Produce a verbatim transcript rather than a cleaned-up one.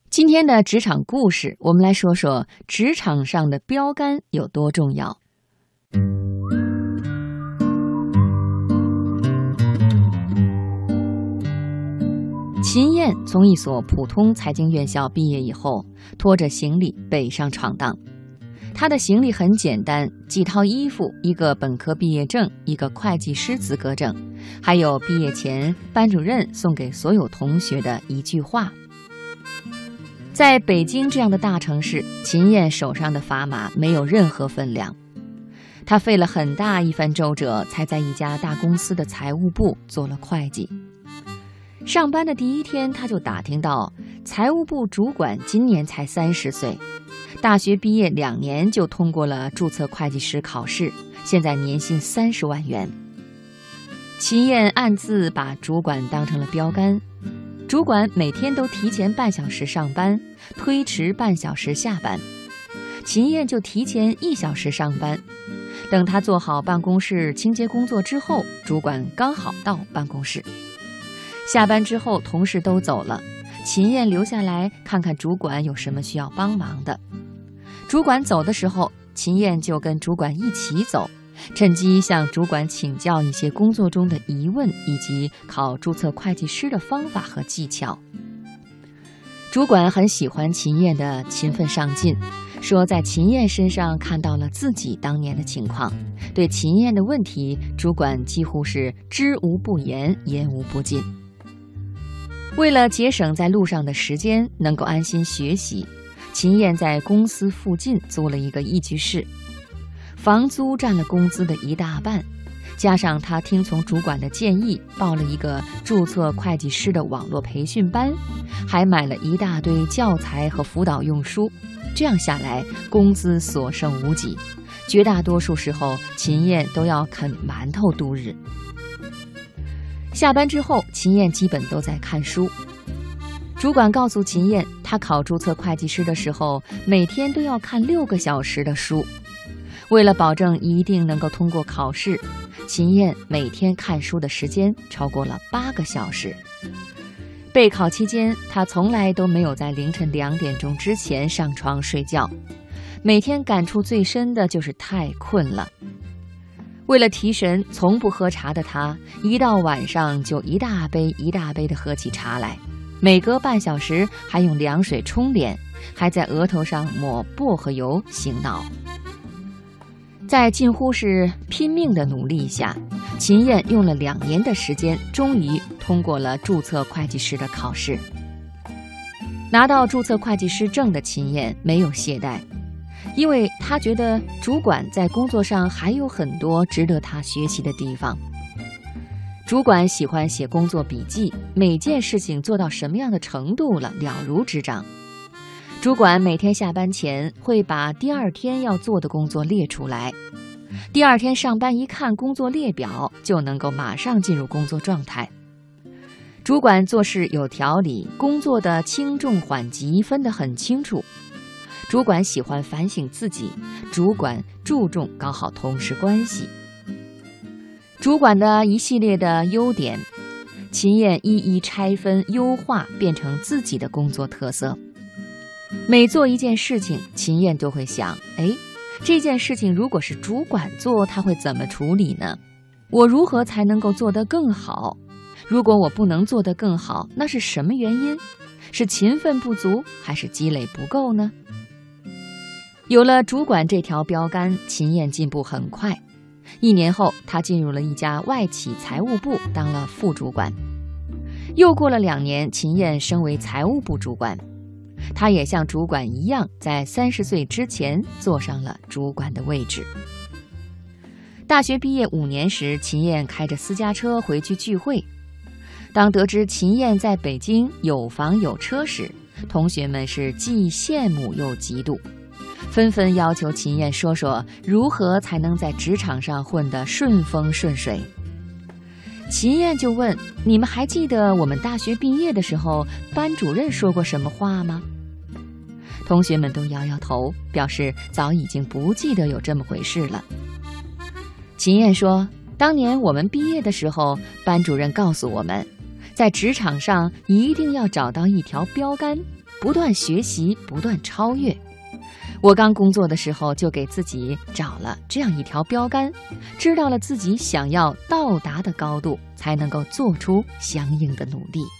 今天的职场故事，我们来说说职场上的标杆有多重要。秦燕从一所普通财经院校毕业以后，拖着行李北上闯荡。她的行李很简单，几套衣服，一个本科毕业证，一个会计师资格证，还有毕业前班主任送给所有同学的一句话。在北京这样的大城市，秦燕手上的砝码没有任何分量。她费了很大一番周折，才在一家大公司的财务部做了会计。上班的第一天，她就打听到财务部主管今年才三十岁，大学毕业两年就通过了注册会计师考试，现在年薪三十万元。秦燕暗自把主管当成了标杆，主管每天都提前半小时上班，推迟半小时下班。秦燕就提前一小时上班，等她做好办公室清洁工作之后，主管刚好到办公室。下班之后，同事都走了，秦燕留下来看看主管有什么需要帮忙的。主管走的时候，秦燕就跟主管一起走，趁机向主管请教一些工作中的疑问，以及考注册会计师的方法和技巧。主管很喜欢秦燕的勤奋上进，说在秦燕身上看到了自己当年的情况，对秦燕的问题，主管几乎是知无不言，言无不尽。为了节省在路上的时间，能够安心学习，秦燕在公司附近租了一个一居室，房租占了工资的一大半，加上他听从主管的建议，报了一个注册会计师的网络培训班，还买了一大堆教材和辅导用书。这样下来，工资所剩无几，绝大多数时候，秦燕都要啃馒头度日。下班之后，秦燕基本都在看书。主管告诉秦燕，他考注册会计师的时候，每天都要看六个小时的书。为了保证一定能够通过考试，秦燕每天看书的时间超过了八个小时。备考期间，他从来都没有在凌晨两点钟之前上床睡觉。每天感触最深的就是太困了。为了提神，从不喝茶的他，一到晚上就一大杯一大杯地喝起茶来，每隔半小时还用凉水冲脸，还在额头上抹薄荷油醒脑。在近乎是拼命的努力下，秦燕用了两年的时间，终于通过了注册会计师的考试。拿到注册会计师证的秦燕没有懈怠，因为他觉得主管在工作上还有很多值得他学习的地方。主管喜欢写工作笔记，每件事情做到什么样的程度了，了如指掌。主管每天下班前会把第二天要做的工作列出来，第二天上班一看工作列表，就能够马上进入工作状态。主管做事有条理，工作的轻重缓急分得很清楚。主管喜欢反省自己，主管注重搞好同事关系。主管的一系列的优点，秦燕一一拆分优化，变成自己的工作特色。每做一件事情，秦燕都会想，哎，这件事情如果是主管做，他会怎么处理呢？我如何才能够做得更好？如果我不能做得更好，那是什么原因？是勤奋不足，还是积累不够呢？有了主管这条标杆，秦燕进步很快。一年后，她进入了一家外企财务部，当了副主管。又过了两年，秦燕升为财务部主管。她也像主管一样，在三十岁之前坐上了主管的位置。大学毕业五年时，秦燕开着私家车回去聚会。当得知秦燕在北京有房有车时，同学们是既羡慕又嫉妒，纷纷要求秦燕说说如何才能在职场上混得顺风顺水。秦燕就问，你们还记得我们大学毕业的时候班主任说过什么话吗？同学们都摇摇头，表示早已经不记得有这么回事了。秦燕说，当年我们毕业的时候，班主任告诉我们， 在职场上一定要找到一条标杆，不断学习，不断超越。我刚工作的时候就给自己找了这样一条标杆，知道了自己想要到达的高度，才能够做出相应的努力。